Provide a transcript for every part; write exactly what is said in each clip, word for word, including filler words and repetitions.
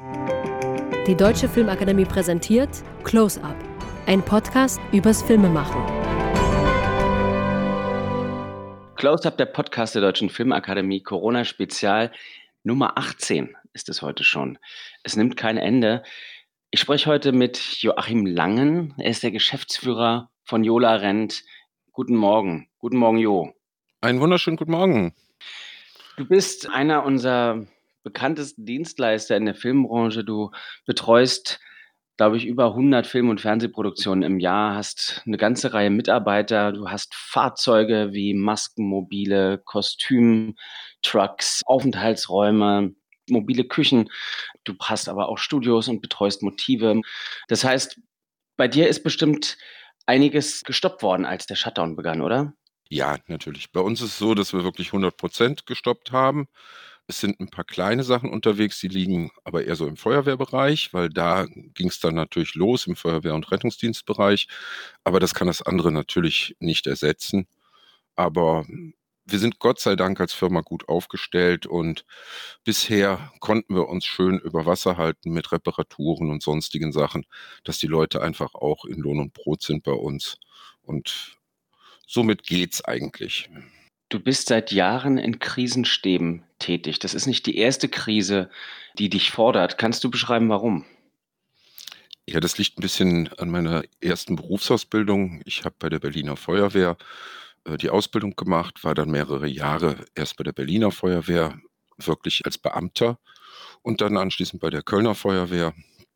Die Deutsche Filmakademie präsentiert Close-Up, ein Podcast übers Filmemachen. Close-Up, der Podcast der Deutschen Filmakademie, Corona-Spezial Nummer achtzehn ist es heute schon. Es nimmt kein Ende. Ich spreche heute mit Joachim Langen. Er ist der Geschäftsführer von Jola Rent. Guten Morgen. Guten Morgen, Jo. Einen wunderschönen guten Morgen. Du bist einer unserer bekanntesten Dienstleister in der Filmbranche. Du betreust, glaube ich, über hundert Film- und Fernsehproduktionen im Jahr, hast eine ganze Reihe Mitarbeiter. Du hast Fahrzeuge wie Masken, mobile Kostümtrucks, Aufenthaltsräume, mobile Küchen. Du hast aber auch Studios und betreust Motive. Das heißt, bei dir ist bestimmt einiges gestoppt worden, als der Shutdown begann, oder? Ja, natürlich. Bei uns ist es so, dass wir wirklich hundert Prozent gestoppt haben. Es sind ein paar kleine Sachen unterwegs, die liegen aber eher so im Feuerwehrbereich, weil da ging es dann natürlich los im Feuerwehr- und Rettungsdienstbereich. Aber das kann das andere natürlich nicht ersetzen. Aber wir sind Gott sei Dank als Firma gut aufgestellt und bisher konnten wir uns schön über Wasser halten mit Reparaturen und sonstigen Sachen, dass die Leute einfach auch in Lohn und Brot sind bei uns. Und somit geht's eigentlich. Du bist seit Jahren in Krisenstäben tätig. Das ist nicht die erste Krise, die dich fordert. Kannst du beschreiben, warum? Ja, das liegt ein bisschen an meiner ersten Berufsausbildung. Ich habe bei der Berliner Feuerwehr äh, die Ausbildung gemacht, war dann mehrere Jahre erst bei der Berliner Feuerwehr, wirklich als Beamter und dann anschließend bei der Kölner Feuerwehr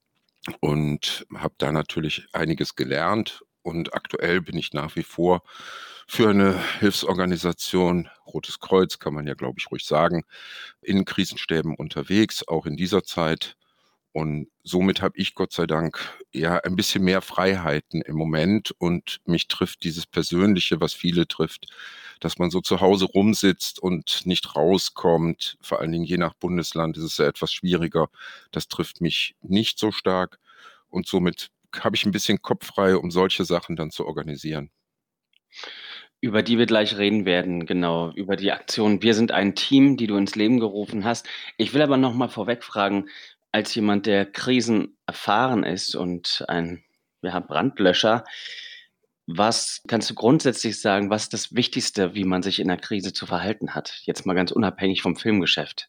und habe da natürlich einiges gelernt. Und aktuell bin ich nach wie vor für eine Hilfsorganisation, Rotes Kreuz, kann man ja, glaube ich, ruhig sagen, in Krisenstäben unterwegs, auch in dieser Zeit. Und somit habe ich Gott sei Dank ja ein bisschen mehr Freiheiten im Moment und mich trifft dieses Persönliche, was viele trifft, dass man so zu Hause rumsitzt und nicht rauskommt. Vor allen Dingen je nach Bundesland ist es ja etwas schwieriger. Das trifft mich nicht so stark und somit habe ich ein bisschen Kopf frei, um solche Sachen dann zu organisieren. Über die wir gleich reden werden, genau, über die Aktion Wir sind ein Team, die du ins Leben gerufen hast. Ich will aber noch mal vorweg fragen, als jemand, der Krisen erfahren ist und ein, ja, Brandlöscher, was kannst du grundsätzlich sagen, was ist das Wichtigste, wie man sich in der Krise zu verhalten hat? Jetzt mal ganz unabhängig vom Filmgeschäft.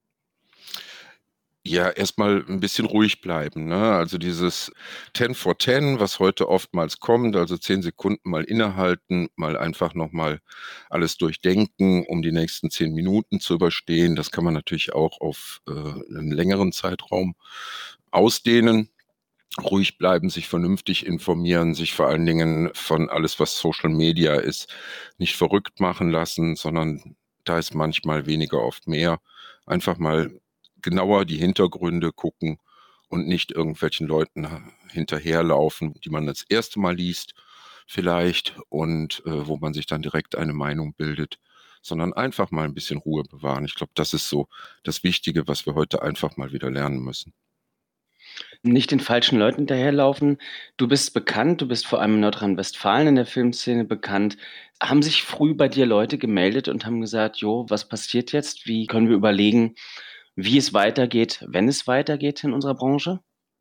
Ja, erstmal ein bisschen ruhig bleiben, ne? Also dieses ten for ten, was heute oftmals kommt, also zehn Sekunden mal innehalten, mal einfach noch mal alles durchdenken, um die nächsten zehn Minuten zu überstehen. Das kann man natürlich auch auf äh, 'nen längeren Zeitraum ausdehnen. Ruhig bleiben, sich vernünftig informieren, sich vor allen Dingen von alles, was Social Media ist, nicht verrückt machen lassen, sondern da ist manchmal weniger oft mehr. Einfach mal genauer die Hintergründe gucken und nicht irgendwelchen Leuten hinterherlaufen, die man das erste Mal liest vielleicht und äh, wo man sich dann direkt eine Meinung bildet, sondern einfach mal ein bisschen Ruhe bewahren. Ich glaube, das ist so das Wichtige, was wir heute einfach mal wieder lernen müssen. Nicht den falschen Leuten hinterherlaufen. Du bist bekannt, du bist vor allem in Nordrhein-Westfalen in der Filmszene bekannt. Haben sich früh bei dir Leute gemeldet und haben gesagt: „Jo, was passiert jetzt? Wie können wir überlegen, wie es weitergeht, wenn es weitergeht in unserer Branche?“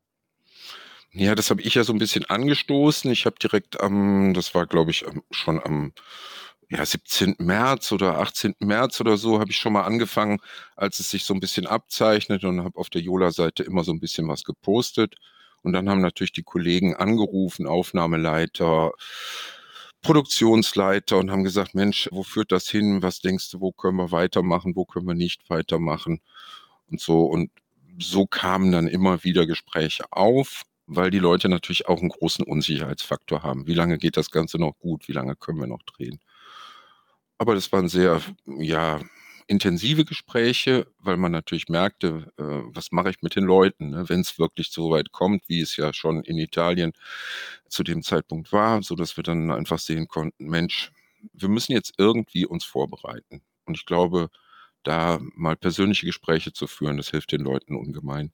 Ja, das habe ich ja so ein bisschen angestoßen. Ich habe direkt am das war, glaube ich, am schon am, ja, siebzehnten März oder achtzehnten März oder so, habe ich schon mal angefangen, als es sich so ein bisschen abzeichnet und habe auf der Jola-Seite immer so ein bisschen was gepostet. Und dann haben natürlich die Kollegen angerufen, Aufnahmeleiter, Produktionsleiter und haben gesagt: „Mensch, wo führt das hin? Was denkst du, wo können wir weitermachen, wo können wir nicht weitermachen?“ Und so. Und so kamen dann immer wieder Gespräche auf, weil die Leute natürlich auch einen großen Unsicherheitsfaktor haben. Wie lange geht das Ganze noch gut? Wie lange können wir noch drehen? Aber das waren sehr, ja, intensive Gespräche, weil man natürlich merkte, äh, was mache ich mit den Leuten, ne, wenn es wirklich so weit kommt, wie es ja schon in Italien zu dem Zeitpunkt war, so dass wir dann einfach sehen konnten: „Mensch, wir müssen jetzt irgendwie uns vorbereiten.“ Und ich glaube, da mal persönliche Gespräche zu führen, das hilft den Leuten ungemein.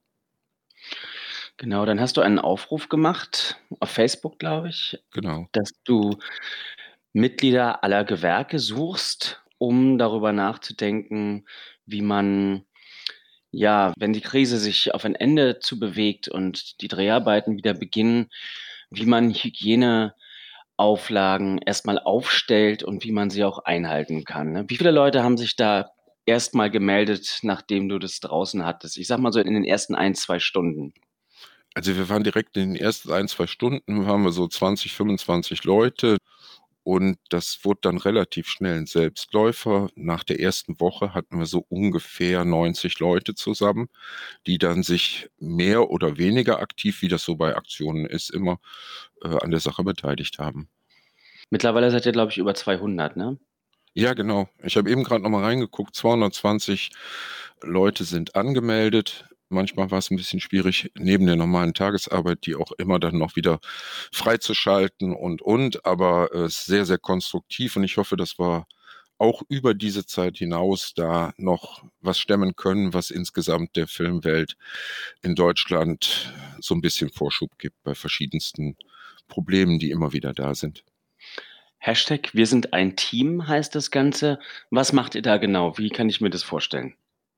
Genau, dann hast du einen Aufruf gemacht auf Facebook, glaube ich, Genau. dass du Mitglieder aller Gewerke suchst, um darüber nachzudenken, wie man Ja, wenn die Krise sich auf ein Ende zu bewegt und die Dreharbeiten wieder beginnen, wie man Hygieneauflagen erstmal aufstellt und wie man sie auch einhalten kann, ne? Wie viele Leute haben sich da erstmal gemeldet, nachdem du das draußen hattest? Ich sage mal so in den ersten ein, zwei Stunden. Also wir waren direkt in den ersten ein, zwei Stunden, waren wir so zwanzig, fünfundzwanzig Leute und das wurde dann relativ schnell ein Selbstläufer. Nach der ersten Woche hatten wir so ungefähr neunzig Leute zusammen, die dann sich mehr oder weniger aktiv, wie das so bei Aktionen ist, immer äh, an der Sache beteiligt haben. Mittlerweile seid ihr, glaube ich, über zweihundert, ne? Ja, genau. Ich habe eben gerade noch mal reingeguckt, zweihundertzwanzig Leute sind angemeldet. Manchmal war es ein bisschen schwierig, neben der normalen Tagesarbeit, die auch immer dann noch wieder freizuschalten und, und. Aber es ist sehr, sehr konstruktiv und ich hoffe, dass wir auch über diese Zeit hinaus da noch was stemmen können, was insgesamt der Filmwelt in Deutschland so ein bisschen Vorschub gibt bei verschiedensten Problemen, die immer wieder da sind. Hashtag Wir sind ein Team heißt das Ganze. Was macht ihr da genau? Wie kann ich mir das vorstellen?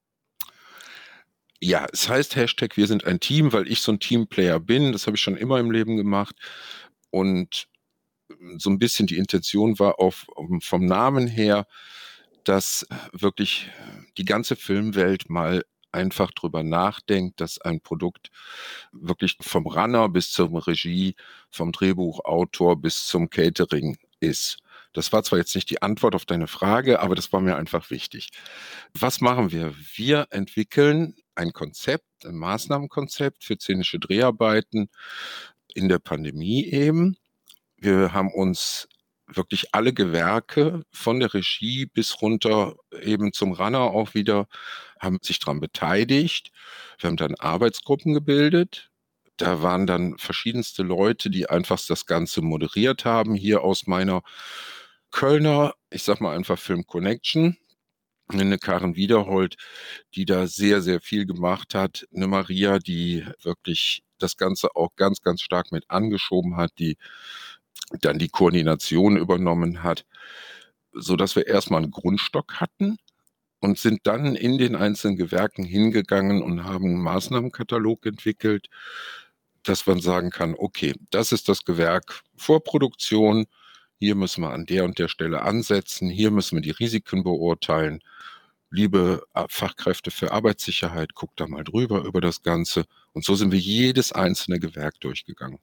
Ja, es heißt Hashtag Wir sind ein Team, weil ich so ein Teamplayer bin. Das habe ich schon immer im Leben gemacht. Und so ein bisschen die Intention war auf, vom Namen her, dass wirklich die ganze Filmwelt mal einfach drüber nachdenkt, dass ein Produkt wirklich vom Runner bis zur Regie, vom Drehbuchautor bis zum Catering ist. Das war zwar jetzt nicht die Antwort auf deine Frage, aber das war mir einfach wichtig. Was machen wir? Wir entwickeln ein Konzept, ein Maßnahmenkonzept für szenische Dreharbeiten in der Pandemie eben. Wir haben uns wirklich alle Gewerke von der Regie bis runter eben zum Runner auch wieder, haben sich daran beteiligt. Wir haben dann Arbeitsgruppen gebildet. Da waren dann verschiedenste Leute, die einfach das Ganze moderiert haben. Hier aus meiner Kölner, ich sag mal einfach Film Connection, eine Karen Wiederhold, die da sehr, sehr viel gemacht hat. Eine Maria, die wirklich das Ganze auch ganz, ganz stark mit angeschoben hat, die dann die Koordination übernommen hat, so dass wir erstmal einen Grundstock hatten und sind dann in den einzelnen Gewerken hingegangen und haben einen Maßnahmenkatalog entwickelt, dass man sagen kann, okay, das ist das Gewerk Vorproduktion, hier müssen wir an der und der Stelle ansetzen, hier müssen wir die Risiken beurteilen. Liebe Fachkräfte für Arbeitssicherheit, guckt da mal drüber über das Ganze. Und so sind wir jedes einzelne Gewerk durchgegangen.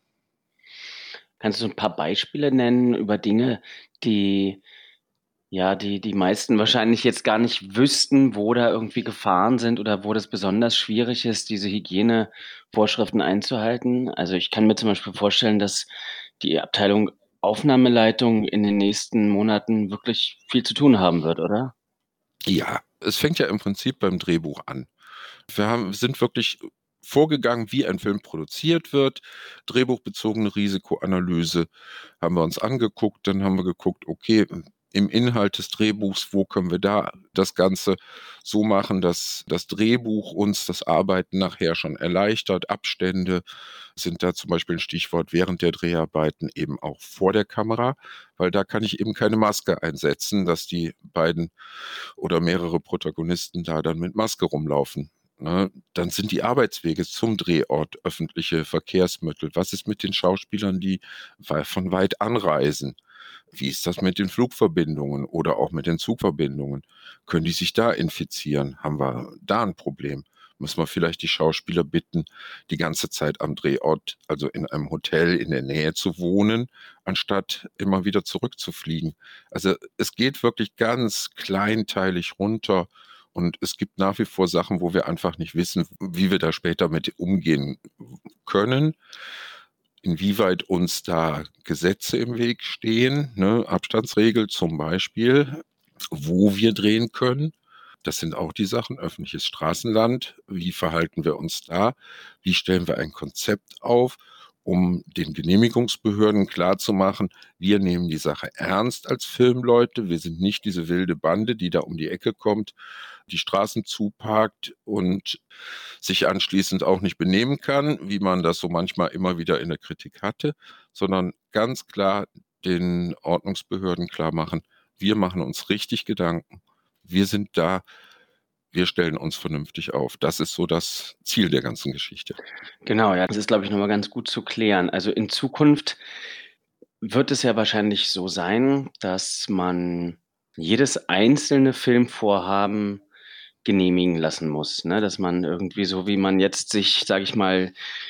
Kannst du ein paar Beispiele nennen über Dinge, die ja, die die meisten wahrscheinlich jetzt gar nicht wüssten, wo da irgendwie Gefahren sind oder wo das besonders schwierig ist, diese Hygienevorschriften einzuhalten? Also, ich kann mir zum Beispiel vorstellen, dass die Abteilung Aufnahmeleitung in den nächsten Monaten wirklich viel zu tun haben wird, oder? Ja, es fängt ja im Prinzip beim Drehbuch an. Wir haben, sind wirklich vorgegangen, wie ein Film produziert wird. Drehbuchbezogene Risikoanalyse haben wir uns angeguckt. Dann haben wir geguckt, okay, im Inhalt des Drehbuchs, wo können wir da das Ganze so machen, dass das Drehbuch uns das Arbeiten nachher schon erleichtert. Abstände sind da zum Beispiel ein Stichwort während der Dreharbeiten, eben auch vor der Kamera, weil da kann ich eben keine Maske einsetzen, dass die beiden oder mehrere Protagonisten da dann mit Maske rumlaufen. Ne? Dann sind die Arbeitswege zum Drehort öffentliche Verkehrsmittel. Was ist mit den Schauspielern, die von weit anreisen? Wie ist das mit den Flugverbindungen oder auch mit den Zugverbindungen? Können die sich da infizieren? Haben wir da ein Problem? Müssen wir vielleicht die Schauspieler bitten, die ganze Zeit am Drehort, also in einem Hotel in der Nähe zu wohnen, anstatt immer wieder zurückzufliegen? Also es geht wirklich ganz kleinteilig runter und es gibt nach wie vor Sachen, wo wir einfach nicht wissen, wie wir da später mit umgehen können, inwieweit uns da Gesetze im Weg stehen, ne? Abstandsregel zum Beispiel, wo wir drehen können. Das sind auch die Sachen, öffentliches Straßenland. Wie verhalten wir uns da? Wie stellen wir ein Konzept auf, um den Genehmigungsbehörden klarzumachen, wir nehmen die Sache ernst als Filmleute. Wir sind nicht diese wilde Bande, die da um die Ecke kommt, die Straßen zuparkt und sich anschließend auch nicht benehmen kann, wie man das so manchmal immer wieder in der Kritik hatte, sondern ganz klar den Ordnungsbehörden klar machen, wir machen uns richtig Gedanken. Wir sind da wir stellen uns vernünftig auf. Das ist so das Ziel der ganzen Geschichte. Genau, ja, das ist, glaube ich, noch mal ganz gut zu klären. Also, in Zukunft wird es ja wahrscheinlich so sein, dass man jedes einzelne Filmvorhaben genehmigen lassen muss, ne? Dass man irgendwie so wie man jetzt sich, sage ich mal,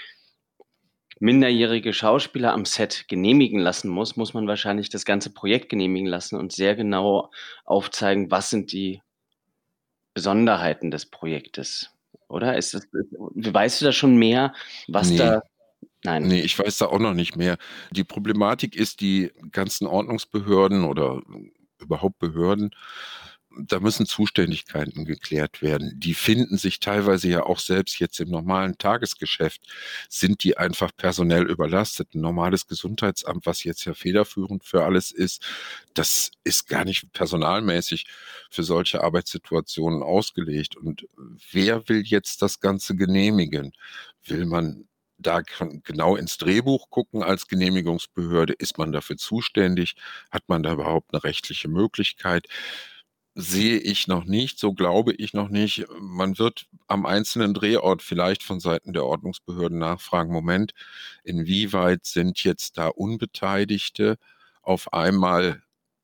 minderjährige Schauspieler am Set genehmigen lassen muss, muss man wahrscheinlich das ganze Projekt genehmigen lassen und sehr genau aufzeigen, was sind die Besonderheiten des Projektes, oder? Ist das weißt du da schon mehr, was Ne. da nein. Ne, ich weiß da auch noch nicht mehr. Die Problematik ist, die ganzen Ordnungsbehörden oder überhaupt Behörden, da müssen Zuständigkeiten geklärt werden. Die finden sich teilweise ja auch selbst jetzt im normalen Tagesgeschäft, sind die einfach personell überlastet. 'N normales Gesundheitsamt, was jetzt ja federführend für alles ist, das ist gar nicht personalmäßig für solche Arbeitssituationen ausgelegt. Und wer will jetzt das Ganze genehmigen? Will man da kon genau ins Drehbuch gucken als Genehmigungsbehörde? Ist man dafür zuständig? Hat man da überhaupt 'ne rechtliche Möglichkeit? Sehe ich noch nicht, so glaube ich noch nicht. Man wird am einzelnen Drehort vielleicht von Seiten der Ordnungsbehörden nachfragen: „Moment, inwieweit sind jetzt da Unbeteiligte auf einmal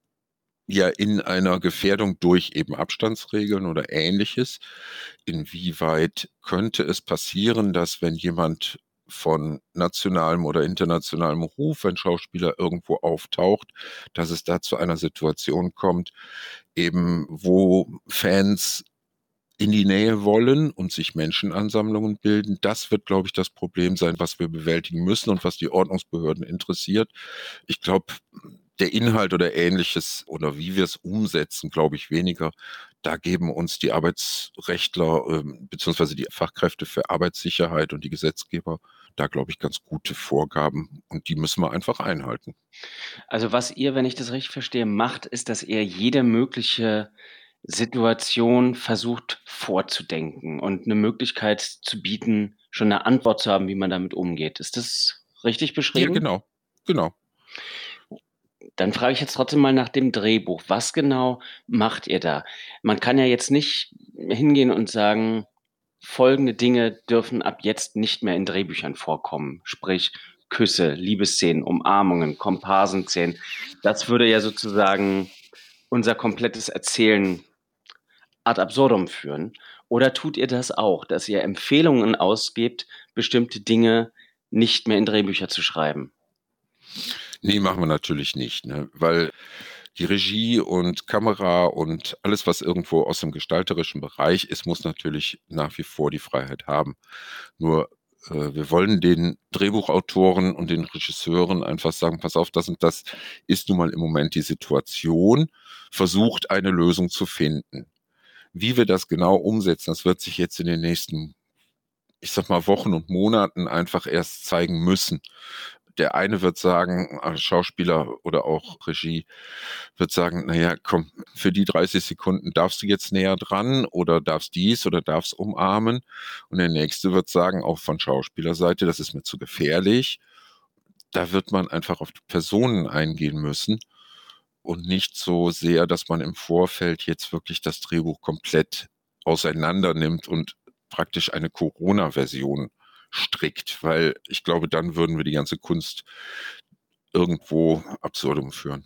ja in einer Gefährdung durch eben Abstandsregeln oder Ähnliches? Inwieweit könnte es passieren, dass, wenn jemand von nationalem oder internationalem Ruf, ein Schauspieler irgendwo auftaucht, dass es da zu einer Situation kommt, eben wo Fans in die Nähe wollen und sich Menschenansammlungen bilden?“ Das wird, glaube ich, das Problem sein, was wir bewältigen müssen und was die Ordnungsbehörden interessiert. Ich glaube, der Inhalt oder Ähnliches oder wie wir's umsetzen, glaube ich weniger. Da geben uns die Arbeitsrechtler, ähm, beziehungsweise die Fachkräfte für Arbeitssicherheit und die Gesetzgeber da, glaube ich, ganz gute Vorgaben und die müssen wir einfach einhalten. Also, was ihr, wenn ich das richtig verstehe, macht, ist, dass ihr jede mögliche Situation versucht vorzudenken und 'ne Möglichkeit zu bieten, schon 'ne Antwort zu haben, wie man damit umgeht. Ist das richtig Ja, beschrieben? genau. Genau. Dann frage ich jetzt trotzdem mal nach dem Drehbuch. Was genau macht ihr da? Man kann ja jetzt nicht hingehen und sagen: „Folgende Dinge dürfen ab jetzt nicht mehr in Drehbüchern vorkommen.“ Sprich, Küsse, Liebesszenen, Umarmungen, Komparsenszenen. Das würde ja sozusagen unser komplettes Erzählen ad absurdum führen. Oder tut ihr das auch, dass ihr Empfehlungen ausgebt, bestimmte Dinge nicht mehr in Drehbücher zu schreiben? Ne, machen wir natürlich nicht, ne? Weil die Regie und Kamera und alles, was irgendwo aus dem gestalterischen Bereich ist, muss natürlich nach wie vor die Freiheit haben. Nur, äh, wir wollen den Drehbuchautoren und den Regisseuren einfach sagen: „Pass auf, das und das ist nun mal im Moment die Situation. Versucht, eine Lösung zu finden.“ Wie wir das genau umsetzen, das wird sich jetzt in den nächsten, ich sage mal, Wochen und Monaten einfach erst zeigen müssen. Der eine wird sagen als Schauspieler oder auch Regie wird sagen: „Na ja, komm, für die dreißig Sekunden darfst du jetzt näher dran oder darfst dies oder darfst umarmen.“ Und der Nächste wird sagen, auch von Schauspielerseite: „Das ist mir zu gefährlich.“ Da wird man einfach auf die Personen eingehen müssen und nicht so sehr, dass man im Vorfeld jetzt wirklich das Drehbuch komplett auseinander nimmt und praktisch eine Corona-Version strickt, weil ich glaube, dann würden wir die ganze Kunst irgendwo absurdum führen.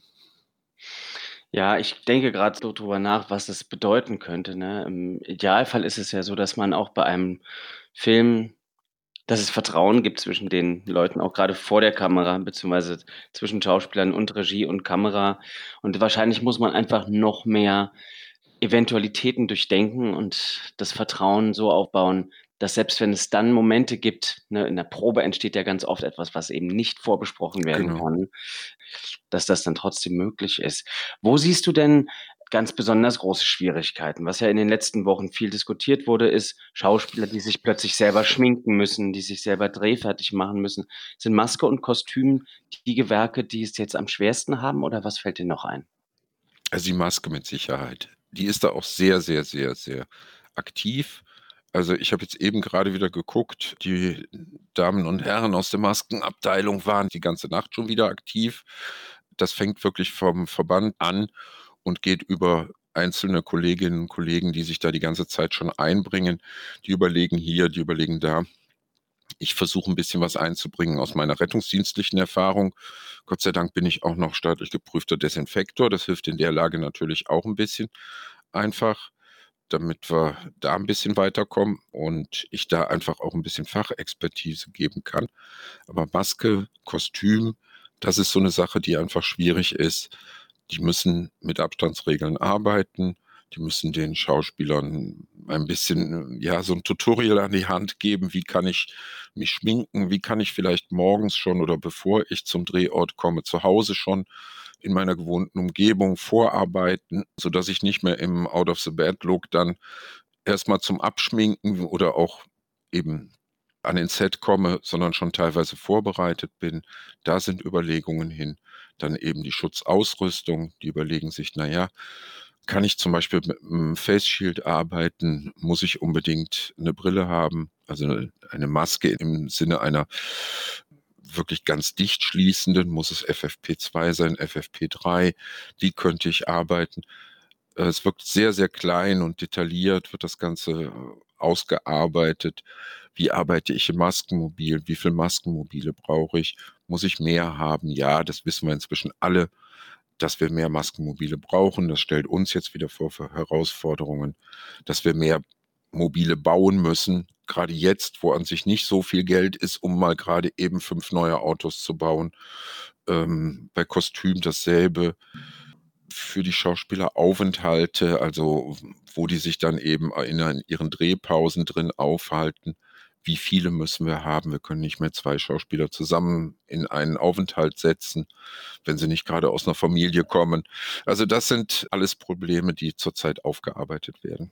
Ja, ich denke grad so drüber nach, was das bedeuten könnte, ne? Im Idealfall ist es ja so, dass man auch bei einem Film dass es Vertrauen gibt zwischen den Leuten, auch grade vor der Kamera, beziehungsweise zwischen Schauspielern und Regie und Kamera. Und wahrscheinlich muss man einfach noch mehr Eventualitäten durchdenken und das Vertrauen so aufbauen, dass selbst wenn es dann Momente gibt, ne in der Probe entsteht ja ganz oft etwas, was eben nicht vorbesprochen werden Genau. kann, dass das dann trotzdem möglich ist. Wo siehst du denn ganz besonders große Schwierigkeiten? Was ja in den letzten Wochen viel diskutiert wurde, ist Schauspieler, die sich plötzlich selber schminken müssen, die sich selber drehfertig machen müssen. Sind Maske und Kostüm die Gewerke, die es jetzt am schwersten haben oder was fällt dir noch ein? Also, die Maske mit Sicherheit. Die ist da auch sehr, sehr, sehr, sehr aktiv. Also, ich habe jetzt eben grade wieder geguckt, die Damen und Herren aus der Maskenabteilung waren die ganze Nacht schon wieder aktiv. Das fängt wirklich vom Verband an und geht über einzelne Kolleginnen und Kollegen, die sich da die ganze Zeit schon einbringen, die überlegen hier, die überlegen da. Ich versuche ein bisschen was einzubringen aus meiner rettungsdienstlichen Erfahrung. Gott sei Dank bin ich auch noch staatlich geprüfter Desinfektor. Das hilft in der Lage natürlich auch ein bisschen einfach, damit wir da ein bisschen weiterkommen und ich da einfach auch ein bisschen Fachexpertise geben kann. Aber Maske, Kostüm, das ist so eine Sache, die einfach schwierig ist. Die müssen mit Abstandsregeln arbeiten. Die müssen den Schauspielern ein bisschen, ja, so ein Tutorial an die Hand geben. Wie kann ich mich schminken? Wie kann ich vielleicht morgens schon oder bevor ich zum Drehort komme, zu Hause schon in meiner gewohnten Umgebung vorarbeiten, sodass ich nicht mehr im Out-of-the-Bed-Look dann erstmal zum Abschminken oder auch eben an den Set komme, sondern schon teilweise vorbereitet bin. Da sind Überlegungen hin. Dann eben die Schutzausrüstung. Die überlegen sich, naja, kann ich zum Beispiel mit einem Face Shield arbeiten? Muss ich unbedingt eine Brille haben? Also eine Maske im Sinne einer wirklich ganz dicht schließenden? Muss es F F P zwei sein, F F P drei? Wie könnte ich arbeiten? Es wirkt sehr, sehr klein und detailliert, wird das Ganze ausgearbeitet. Wie arbeite ich im Maskenmobil? Wie viele Maskenmobile brauche ich? Muss ich mehr haben? Ja, das wissen wir inzwischen alle, dass wir mehr Maskenmobile brauchen. Das stellt uns jetzt wieder vor für Herausforderungen, dass wir mehr Mobile bauen müssen. Gerade jetzt, wo an sich nicht so viel Geld ist, um mal gerade eben fünf neue Autos zu bauen. Ähm, bei Kostüm dasselbe. Für die Schauspieler Aufenthalte, also wo die sich dann eben in ihren Drehpausen drin aufhalten. Wie viele müssen wir haben? Wir können nicht mehr zwei Schauspieler zusammen in einen Aufenthalt setzen, wenn sie nicht gerade aus einer Familie kommen. Also das sind alles Probleme, die zurzeit aufgearbeitet werden.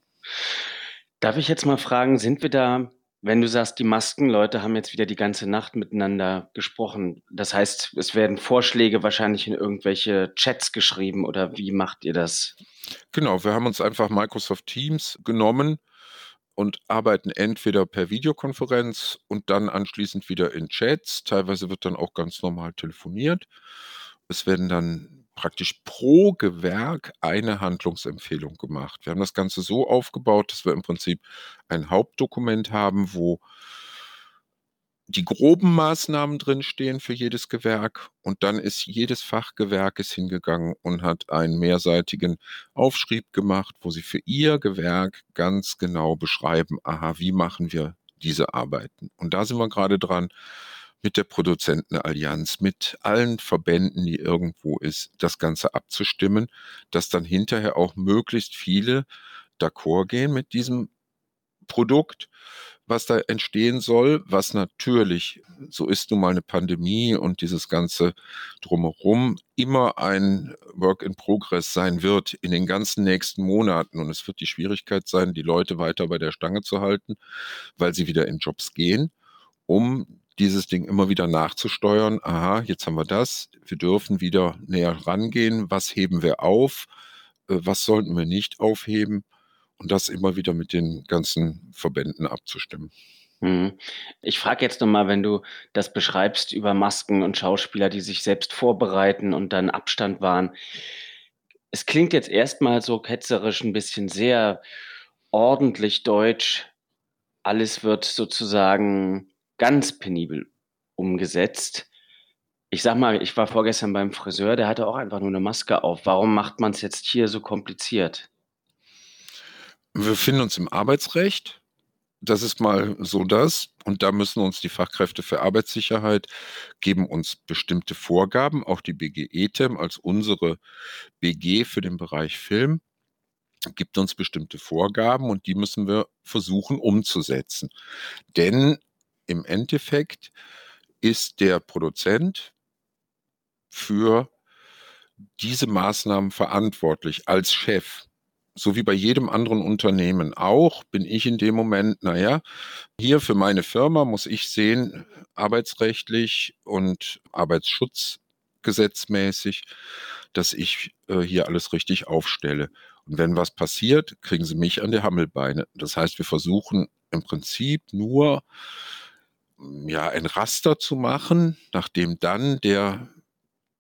Darf ich jetzt mal fragen, sind wir da, wenn du sagst, die Maskenleute haben jetzt wieder die ganze Nacht miteinander gesprochen, das heißt, es werden Vorschläge wahrscheinlich in irgendwelche Chats geschrieben oder wie macht ihr das? Genau, wir haben uns einfach Microsoft Teams genommen und arbeiten entweder per Videokonferenz und dann anschließend wieder in Chats. Teilweise wird dann auch ganz normal telefoniert. Es werden dann praktisch pro Gewerk eine Handlungsempfehlung gemacht. Wir haben das Ganze so aufgebaut, dass wir im Prinzip ein Hauptdokument haben, wo die groben Maßnahmen drinstehen für jedes Gewerk und dann ist jedes Fachgewerk ist hingegangen und hat einen mehrseitigen Aufschrieb gemacht, wo sie für ihr Gewerk ganz genau beschreiben, aha, wie machen wir diese Arbeiten. Und da sind wir gerade dran, mit der Produzentenallianz, mit allen Verbänden, die irgendwo ist, das Ganze abzustimmen, dass dann hinterher auch möglichst viele d'accord gehen mit diesem Produkt, was da entstehen soll, was natürlich, so ist nun mal eine Pandemie und dieses ganze Drumherum, immer ein Work in Progress sein wird in den ganzen nächsten Monaten. Und es wird die Schwierigkeit sein, die Leute weiter bei der Stange zu halten, weil sie wieder in Jobs gehen, um dieses Ding immer wieder nachzusteuern. Aha, jetzt haben wir das, wir dürfen wieder näher rangehen. Was heben wir auf? Äh, Was sollten wir nicht aufheben? Und das immer wieder mit den ganzen Verbänden abzustimmen. Mhm. Ich frage jetzt nochmal, wenn du das beschreibst über Masken und Schauspieler, die sich selbst vorbereiten und dann Abstand wahren. Es klingt jetzt erstmal so ketzerisch ein bisschen sehr ordentlich deutsch. Alles wird sozusagen ganz penibel umgesetzt. Ich sag mal, ich war vorgestern beim Friseur, der hatte auch einfach nur eine Maske auf. Warum macht man es jetzt hier so kompliziert? Wir befinden uns im Arbeitsrecht. Das ist mal so das. Und da müssen uns die Fachkräfte für Arbeitssicherheit geben uns bestimmte Vorgaben. Auch die B G E T E M als unsere B G für den Bereich Film gibt uns bestimmte Vorgaben und die müssen wir versuchen umzusetzen. Denn im Endeffekt ist der Produzent für diese Maßnahmen verantwortlich als Chef. So wie bei jedem anderen Unternehmen auch, bin ich in dem Moment, naja, hier für meine Firma muss ich sehen, arbeitsrechtlich und arbeitsschutzgesetzmäßig, dass ich äh, hier alles richtig aufstelle. Und wenn was passiert, kriegen sie mich an die Hammelbeine. Das heißt, wir versuchen im Prinzip nur ja, ein Raster zu machen, nachdem dann der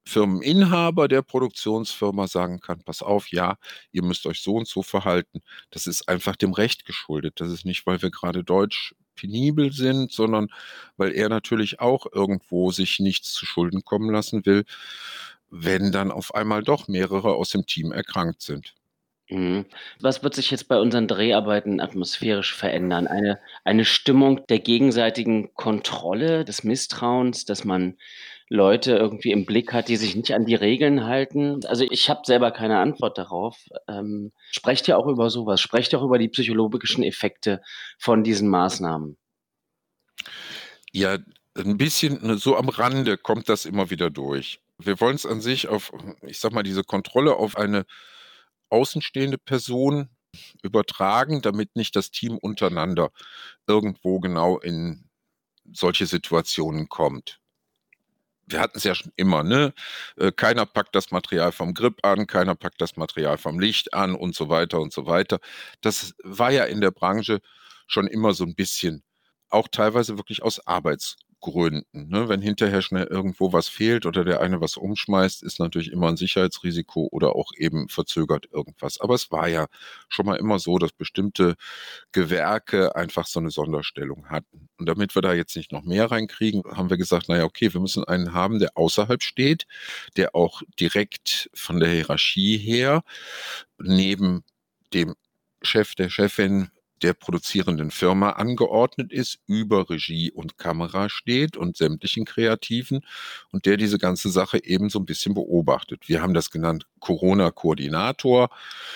Firmeninhaber der Produktionsfirma sagen kann, pass auf, ja, ihr müsst euch so und so verhalten. Das ist einfach dem Recht geschuldet. Das ist nicht, weil wir gerade deutsch penibel sind, sondern weil er natürlich auch irgendwo sich nichts zu Schulden kommen lassen will, wenn dann auf einmal doch mehrere aus dem Team erkrankt sind. Mhm. Was wird sich jetzt bei unseren Dreharbeiten atmosphärisch verändern? Eine eine Stimmung der gegenseitigen Kontrolle, des Misstrauens, dass man Leute irgendwie im Blick hat, die sich nicht an die Regeln halten? Also, ich habe selber keine Antwort darauf. Ähm, sprecht ihr auch über so was? Sprecht ihr auch über die psychologischen Effekte von diesen Maßnahmen? Ja, ein bisschen ne, so am Rande kommt das immer wieder durch. Wir wollen es an sich auf, ich sage mal, diese Kontrolle auf eine außenstehende Person übertragen, damit nicht das Team untereinander irgendwo genau in solche Situationen kommt. Wir hatten es ja schon immer, ne? Äh, keiner packt das Material vom Grip an, keiner packt das Material vom Licht an und so weiter und so weiter. Das war ja in der Branche schon immer so ein bisschen, auch teilweise wirklich aus Arbeitsgründen, ne? Wenn hinterher schnell irgendwo was fehlt oder der eine was umschmeißt, ist natürlich immer ein Sicherheitsrisiko oder auch eben verzögert irgendwas. Aber es war ja schon mal immer so, dass bestimmte Gewerke einfach so eine Sonderstellung hatten. Und damit wir da jetzt nicht noch mehr reinkriegen, haben wir gesagt, naja, okay, wir müssen einen haben, der außerhalb steht, der auch direkt von der Hierarchie her neben dem Chef, der Chefin der produzierenden Firma angeordnet ist, über Regie und Kamera steht und sämtlichen Kreativen und der diese ganze Sache eben so ein bisschen beobachtet. Wir haben das genannt Corona-Koordinator.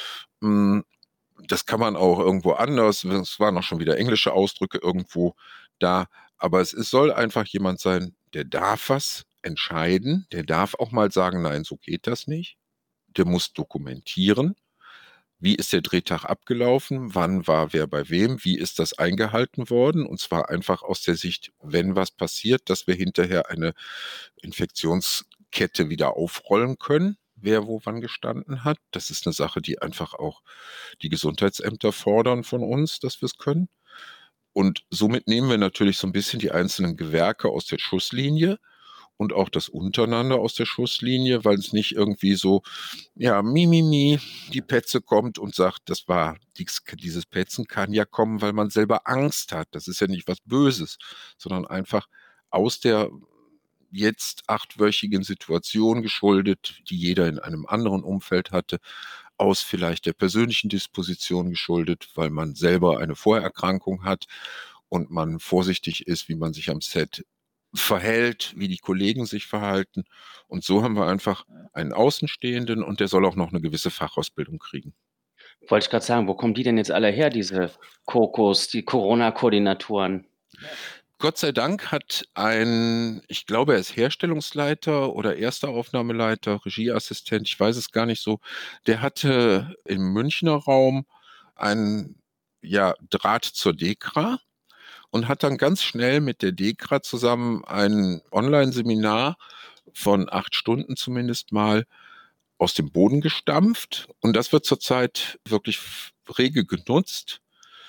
Das kann man auch irgendwo anders, es waren auch schon wieder englische Ausdrücke irgendwo da, aber es ist, soll einfach jemand sein, der darf was entscheiden, der darf auch mal sagen, nein, so geht das nicht, der muss dokumentieren, wie ist der Drehtag abgelaufen, wann war wer bei wem, wie ist das eingehalten worden und zwar einfach aus der Sicht, wenn was passiert, dass wir hinterher eine Infektionskette wieder aufrollen können, wer wo wann gestanden hat. Das ist eine Sache, die einfach auch die Gesundheitsämter fordern von uns, dass wir es können. Und somit nehmen wir natürlich so ein bisschen die einzelnen Gewerke aus der Schusslinie und auch das untereinander aus der Schusslinie, weil es nicht irgendwie so, ja, mi, mi, mi, die Petze kommt und sagt, das war, dies, dieses Petzen kann ja kommen, weil man selber Angst hat. Das ist ja nicht was Böses, sondern einfach aus der jetzt achtwöchigen Situation geschuldet, die jeder in einem anderen Umfeld hatte, aus vielleicht der persönlichen Disposition geschuldet, weil man selber eine Vorerkrankung hat und man vorsichtig ist, wie man sich am Set verhält, wie die Kollegen sich verhalten. Und so haben wir einfach einen Außenstehenden und der soll auch noch eine gewisse Fachausbildung kriegen. Wollte ich gerade sagen, wo kommen die denn jetzt alle her, diese Kokos, die Corona-Koordinatoren? Gott sei Dank hat ein, ich glaube, er ist Herstellungsleiter oder erster Aufnahmeleiter, Regieassistent, ich weiß es gar nicht so, der hatte im Münchner Raum einen, ja, Draht zur DEKRA und hat dann ganz schnell mit der DEKRA zusammen ein Online-Seminar von acht Stunden zumindest mal aus dem Boden gestampft. Und das wird zurzeit wirklich rege genutzt.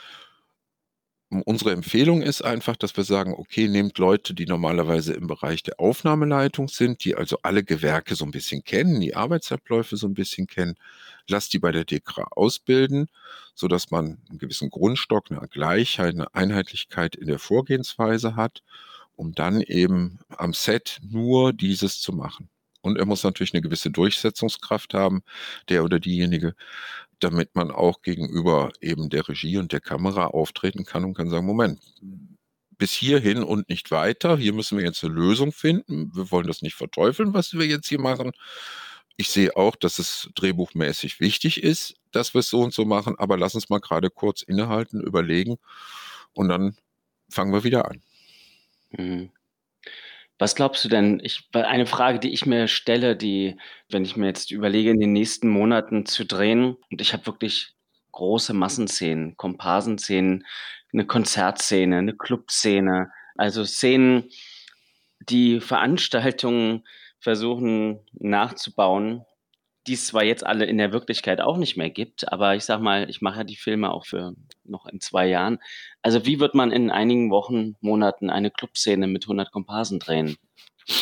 Unsere Empfehlung ist einfach, dass wir sagen, okay, nehmt Leute, die normalerweise im Bereich der Aufnahmeleitung sind, die also alle Gewerke so ein bisschen kennen, die Arbeitsabläufe so ein bisschen kennen, lasst die bei der DEKRA ausbilden, sodass man einen gewissen Grundstock, eine Gleichheit, eine Einheitlichkeit in der Vorgehensweise hat, um dann eben am Set nur dieses zu machen. Und er muss natürlich eine gewisse Durchsetzungskraft haben, der oder diejenige, damit man auch gegenüber eben der Regie und der Kamera auftreten kann und kann sagen, Moment, bis hierhin und nicht weiter, hier müssen wir jetzt eine Lösung finden, wir wollen das nicht verteufeln, was wir jetzt hier machen. Ich sehe auch, dass es drehbuchmäßig wichtig ist, dass wir es so und so machen, aber lass uns mal gerade kurz innehalten, überlegen und dann fangen wir wieder an. Mhm. Was glaubst du denn, ich weil eine Frage, die ich mir stelle, die, wenn ich mir jetzt überlege, in den nächsten Monaten zu drehen und ich habe wirklich große Massenszenen, Komparsenszenen, 'ne Konzertszene, 'ne Clubszene, also Szenen, die Veranstaltungen versuchen nachzubauen, die es zwar jetzt alle in der Wirklichkeit auch nicht mehr gibt, aber ich sage mal, ich mache ja die Filme auch für noch in zwei Jahren. Also, wie wird man in einigen Wochen, Monaten eine Clubszene mit hundert Komparsen drehen?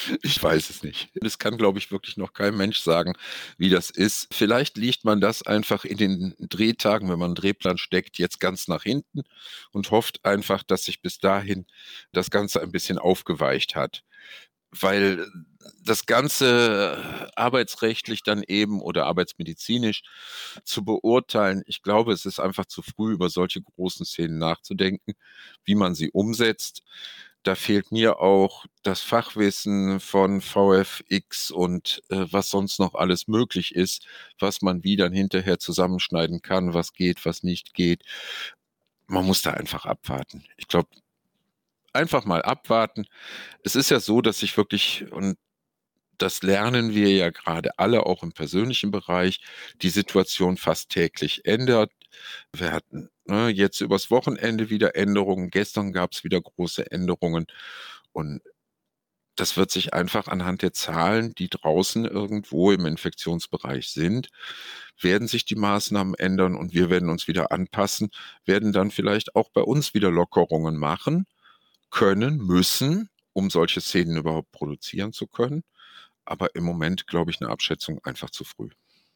Ich weiß es nicht. Das kann, glaube ich, wirklich noch kein Mensch sagen, wie das ist. Vielleicht liegt man das einfach in den Drehtagen, wenn man einen Drehplan steckt, jetzt ganz nach hinten und hofft einfach, dass sich bis dahin das Ganze ein bisschen aufgeweicht hat. Weil das Ganze arbeitsrechtlich dann eben oder arbeitsmedizinisch zu beurteilen, ich glaube, es ist einfach zu früh, über solche großen Szenen nachzudenken, wie man sie umsetzt. Da fehlt mir auch das Fachwissen von V F X und äh, was sonst noch alles möglich ist, was man wie dann hinterher zusammenschneiden kann, was geht, was nicht geht. Man muss da einfach abwarten. Ich glaube, einfach mal abwarten. Es ist ja so, dass ich wirklich, und das lernen wir ja gerade alle auch im persönlichen Bereich, die Situation fast täglich ändert. Wir hatten ne, jetzt übers Wochenende wieder Änderungen, gestern gab es wieder große Änderungen und das wird sich einfach anhand der Zahlen, die draußen irgendwo im Infektionsbereich sind, werden sich die Maßnahmen ändern und wir werden uns wieder anpassen, werden dann vielleicht auch bei uns wieder Lockerungen machen können, müssen, um solche Szenen überhaupt produzieren zu können. Aber im Moment, glaube ich, eine Abschätzung einfach zu früh.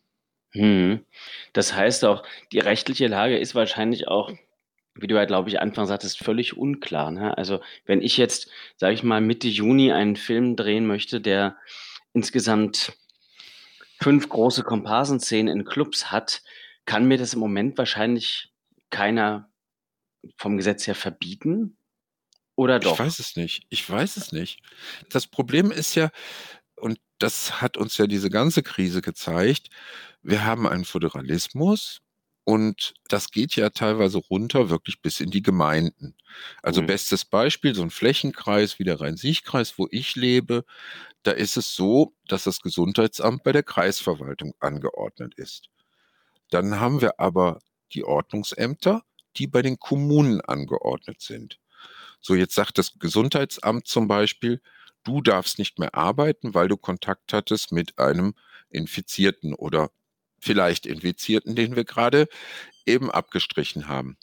Mhm. Das heißt auch, die rechtliche Lage ist wahrscheinlich auch, wie du ja, glaube ich, anfangs sagtest, völlig unklar, ne? Also, wenn ich jetzt, sage ich mal, Mitte Juni einen Film drehen möchte, der insgesamt fünf große Komparsenszenen in Clubs hat, kann mir das im Moment wahrscheinlich keiner vom Gesetz her verbieten oder Ich doch? weiß es nicht. Ich weiß es nicht. Das Problem ist ja, und das hat uns ja diese ganze Krise gezeigt, wir haben einen Föderalismus und das geht ja teilweise runter wirklich bis in die Gemeinden. Also Mhm. bestes Beispiel, so ein Flächenkreis wie der Rhein-Sieg-Kreis, wo ich lebe, da ist es so, dass das Gesundheitsamt bei der Kreisverwaltung angeordnet ist. Dann haben wir aber die Ordnungsämter, die bei den Kommunen angeordnet sind. So, jetzt sagt das Gesundheitsamt zum Beispiel, du darfst nicht mehr arbeiten, weil du Kontakt hattest mit einem Infizierten oder vielleicht Infizierten, den wir gerade eben abgestrichen haben.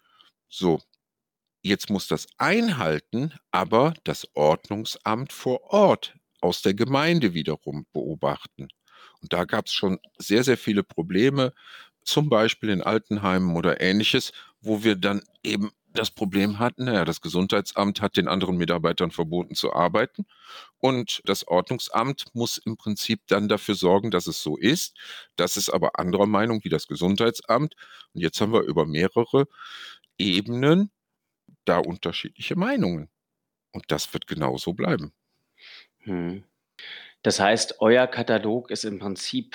So, jetzt muss das einhalten, aber das Ordnungsamt vor Ort aus der Gemeinde wiederum beobachten. Und da gab es schon sehr, sehr viele Probleme, zum Beispiel in Altenheimen oder ähnliches, wo wir dann eben das Problem hatten, naja, das Gesundheitsamt hat den anderen Mitarbeitern verboten zu arbeiten und das Ordnungsamt muss im Prinzip dann dafür sorgen, dass es so ist. Das ist aber anderer Meinung wie das Gesundheitsamt. Und jetzt haben wir über mehrere Ebenen da unterschiedliche Meinungen. Und das wird genauso bleiben. Mhm. Das heißt, euer Katalog ist im Prinzip,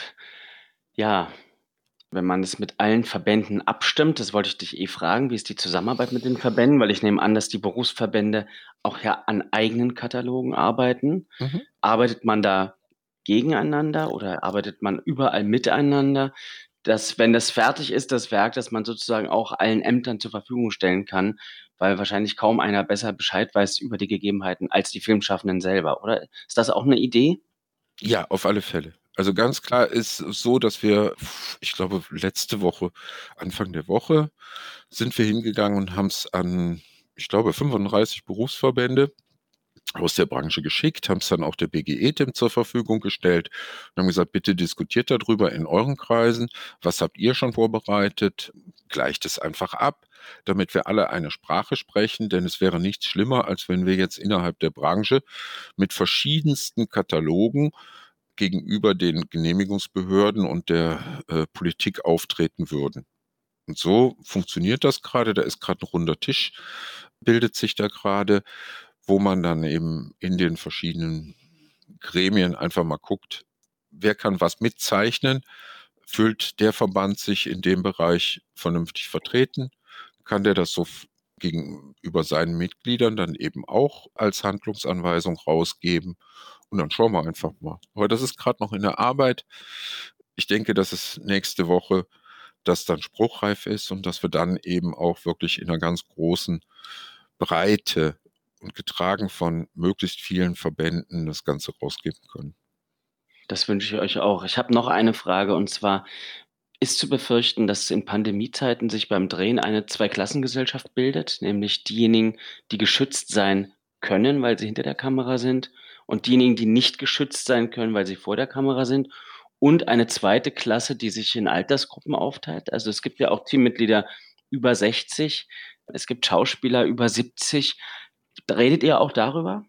ja, wenn man es mit allen Verbänden abstimmt, das wollte ich dich eh fragen, wie ist die Zusammenarbeit mit den Verbänden? Weil ich nehme an, dass die Berufsverbände auch ja an eigenen Katalogen arbeiten. Mhm. Arbeitet man da gegeneinander oder arbeitet man überall miteinander, dass, wenn das fertig ist, das Werk, dass man sozusagen auch allen Ämtern zur Verfügung stellen kann, weil wahrscheinlich kaum einer besser Bescheid weiß über die Gegebenheiten als die Filmschaffenden selber, oder? Ist das auch eine Idee? Ja, auf alle Fälle. Also ganz klar ist es so, dass wir, ich glaube, letzte Woche, Anfang der Woche, sind wir hingegangen und haben es an, ich glaube, fünfunddreißig Berufsverbände aus der Branche geschickt, haben es dann auch der B G E-Team zur Verfügung gestellt und haben gesagt, bitte diskutiert darüber in euren Kreisen. Was habt ihr schon vorbereitet? Gleicht es einfach ab, damit wir alle eine Sprache sprechen, denn es wäre nichts schlimmer, als wenn wir jetzt innerhalb der Branche mit verschiedensten Katalogen gegenüber den Genehmigungsbehörden und der äh, Politik auftreten würden. Und so funktioniert das gerade. Da ist gerade ein runder Tisch, bildet sich da gerade, wo man dann eben in den verschiedenen Gremien einfach mal guckt, wer kann was mitzeichnen, fühlt der Verband sich in dem Bereich vernünftig vertreten, kann der das so gegenüber seinen Mitgliedern dann eben auch als Handlungsanweisung rausgeben und dann schauen wir einfach mal. Aber das ist gerade noch in der Arbeit. Ich denke, dass es nächste Woche das dann spruchreif ist und dass wir dann eben auch wirklich in einer ganz großen Breite und getragen von möglichst vielen Verbänden das Ganze rausgeben können. Das wünsche ich euch auch. Ich habe noch eine Frage und zwar, ist zu befürchten, dass in Pandemiezeiten sich beim Drehen eine Zweiklassengesellschaft bildet, nämlich diejenigen, die geschützt sein können, weil sie hinter der Kamera sind und diejenigen, die nicht geschützt sein können, weil sie vor der Kamera sind. Und eine zweite Klasse, die sich in Altersgruppen aufteilt. Also es gibt ja auch Teammitglieder über sechzig, es gibt Schauspieler über siebzig. Redet ihr auch darüber?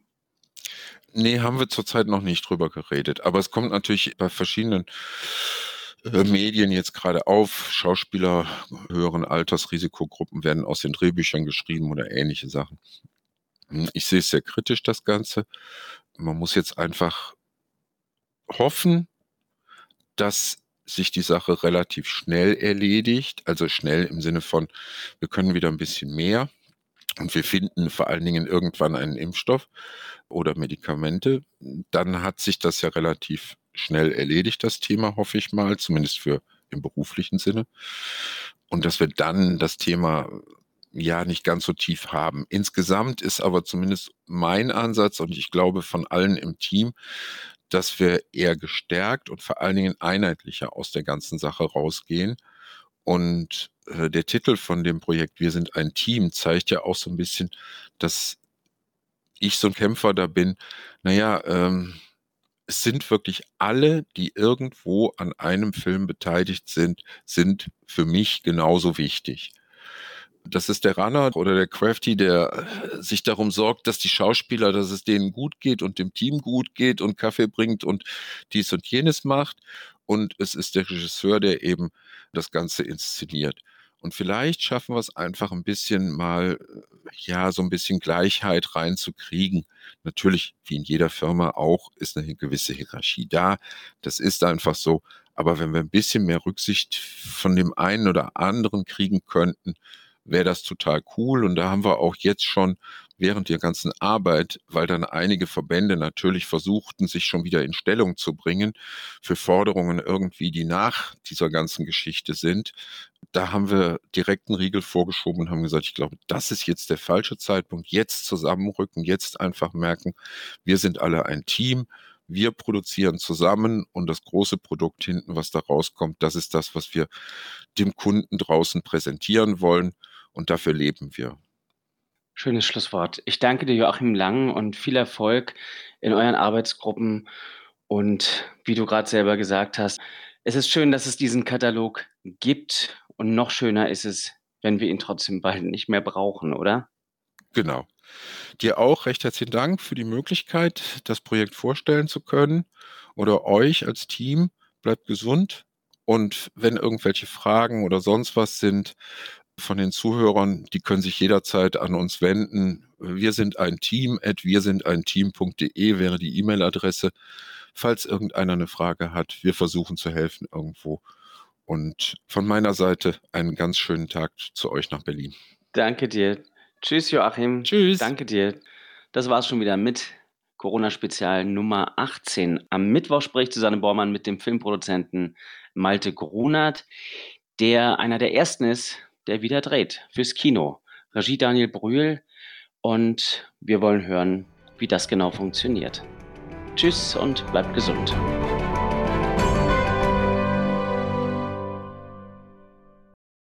Nee, haben wir zurzeit noch nicht drüber geredet. Aber es kommt natürlich bei verschiedenen äh, Medien jetzt gerade auf. Schauspieler höheren Altersrisikogruppen werden aus den Drehbüchern geschrieben oder ähnliche Sachen. Ich sehe es sehr kritisch, das Ganze. Man muss jetzt einfach hoffen, dass sich die Sache relativ schnell erledigt. Also schnell im Sinne von, wir können wieder ein bisschen mehr. Und wir finden vor allen Dingen irgendwann einen Impfstoff oder Medikamente. Dann hat sich das ja relativ schnell erledigt, das Thema, hoffe ich mal, zumindest für im beruflichen Sinne. Und dass wir dann das Thema ja nicht ganz so tief haben. Insgesamt ist aber zumindest mein Ansatz und ich glaube von allen im Team, dass wir eher gestärkt und vor allen Dingen einheitlicher aus der ganzen Sache rausgehen. Und äh, der Titel von dem Projekt Wir sind ein Team zeigt ja auch so ein bisschen, dass ich so ein Kämpfer da bin. Naja, ähm, es sind wirklich alle, die irgendwo an einem Film beteiligt sind, sind für mich genauso wichtig. Das ist der Runner oder der Crafty, der sich darum sorgt, dass die Schauspieler, dass es denen gut geht und dem Team gut geht und Kaffee bringt und dies und jenes macht. Und es ist der Regisseur, der eben das Ganze inszeniert. Und vielleicht schaffen wir es einfach ein bisschen mal, ja, so ein bisschen Gleichheit reinzukriegen. Natürlich, wie in jeder Firma auch, ist eine gewisse Hierarchie da. Das ist einfach so. Aber wenn wir ein bisschen mehr Rücksicht von dem einen oder anderen kriegen könnten, wäre das total cool. Und da haben wir auch jetzt schon während der ganzen Arbeit, weil dann einige Verbände natürlich versuchten, sich schon wieder in Stellung zu bringen für Forderungen irgendwie, die nach dieser ganzen Geschichte sind, da haben wir direkt einen Riegel vorgeschoben und haben gesagt, ich glaube, das ist jetzt der falsche Zeitpunkt, jetzt zusammenrücken, jetzt einfach merken, wir sind alle ein Team, wir produzieren zusammen und das große Produkt hinten, was da rauskommt, das ist das, was wir dem Kunden draußen präsentieren wollen und dafür leben wir. Schönes Schlusswort. Ich danke dir, Joachim Lang, und viel Erfolg in euren Arbeitsgruppen. Und wie du gerade selber gesagt hast, es ist schön, dass es diesen Katalog gibt. Und noch schöner ist es, wenn wir ihn trotzdem bald nicht mehr brauchen, oder? Genau. Dir auch recht herzlichen Dank für die Möglichkeit, das Projekt vorstellen zu können oder euch als Team. Bleibt gesund und wenn irgendwelche Fragen oder sonst was sind von den Zuhörern, die können sich jederzeit an uns wenden. Wir sind ein Team, at wir sind ein Team punkt de wäre die E-Mail-Adresse. Falls irgendeiner eine Frage hat, wir versuchen zu helfen irgendwo. Und von meiner Seite einen ganz schönen Tag zu euch nach Berlin. Danke dir. Tschüss, Joachim. Tschüss. Danke dir. Das war's schon wieder mit Corona-Spezial Nummer achtzehn. Am Mittwoch spricht Susanne Bormann mit dem Filmproduzenten Malte Grunert, der einer der ersten ist, der wieder dreht fürs Kino. Regie Daniel Brühl. Und wir wollen hören, wie das genau funktioniert. Tschüss und bleibt gesund.